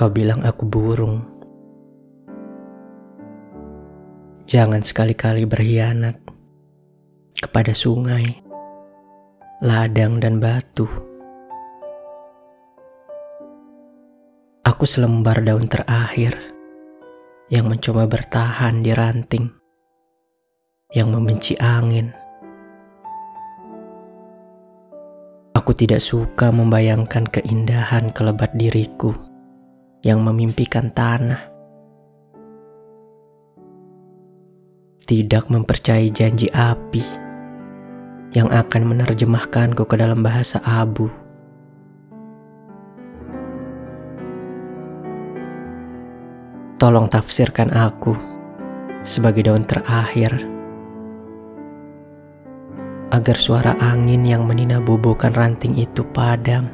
Kau bilang aku burung. Jangan sekali-kali berkhianat kepada sungai, ladang, dan batu. Aku selembar daun terakhir yang mencoba bertahan di ranting, yang membenci angin. Aku tidak suka membayangkan keindahan kelebat diriku yang memimpikan tanah. Tidak mempercayai janji api yang akan menerjemahkanku ke dalam bahasa abu. Tolong tafsirkan aku sebagai daun terakhir, agar suara angin yang meninabobokan ranting itu padam.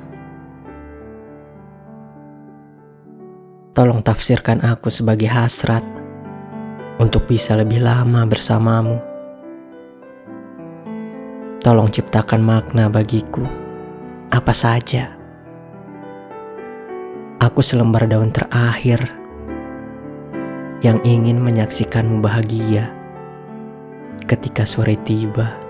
Tolong tafsirkan aku sebagai hasrat untuk bisa lebih lama bersamamu. Tolong ciptakan makna bagiku, apa saja. Aku selembar daun terakhir yang ingin menyaksikanmu bahagia ketika sore tiba.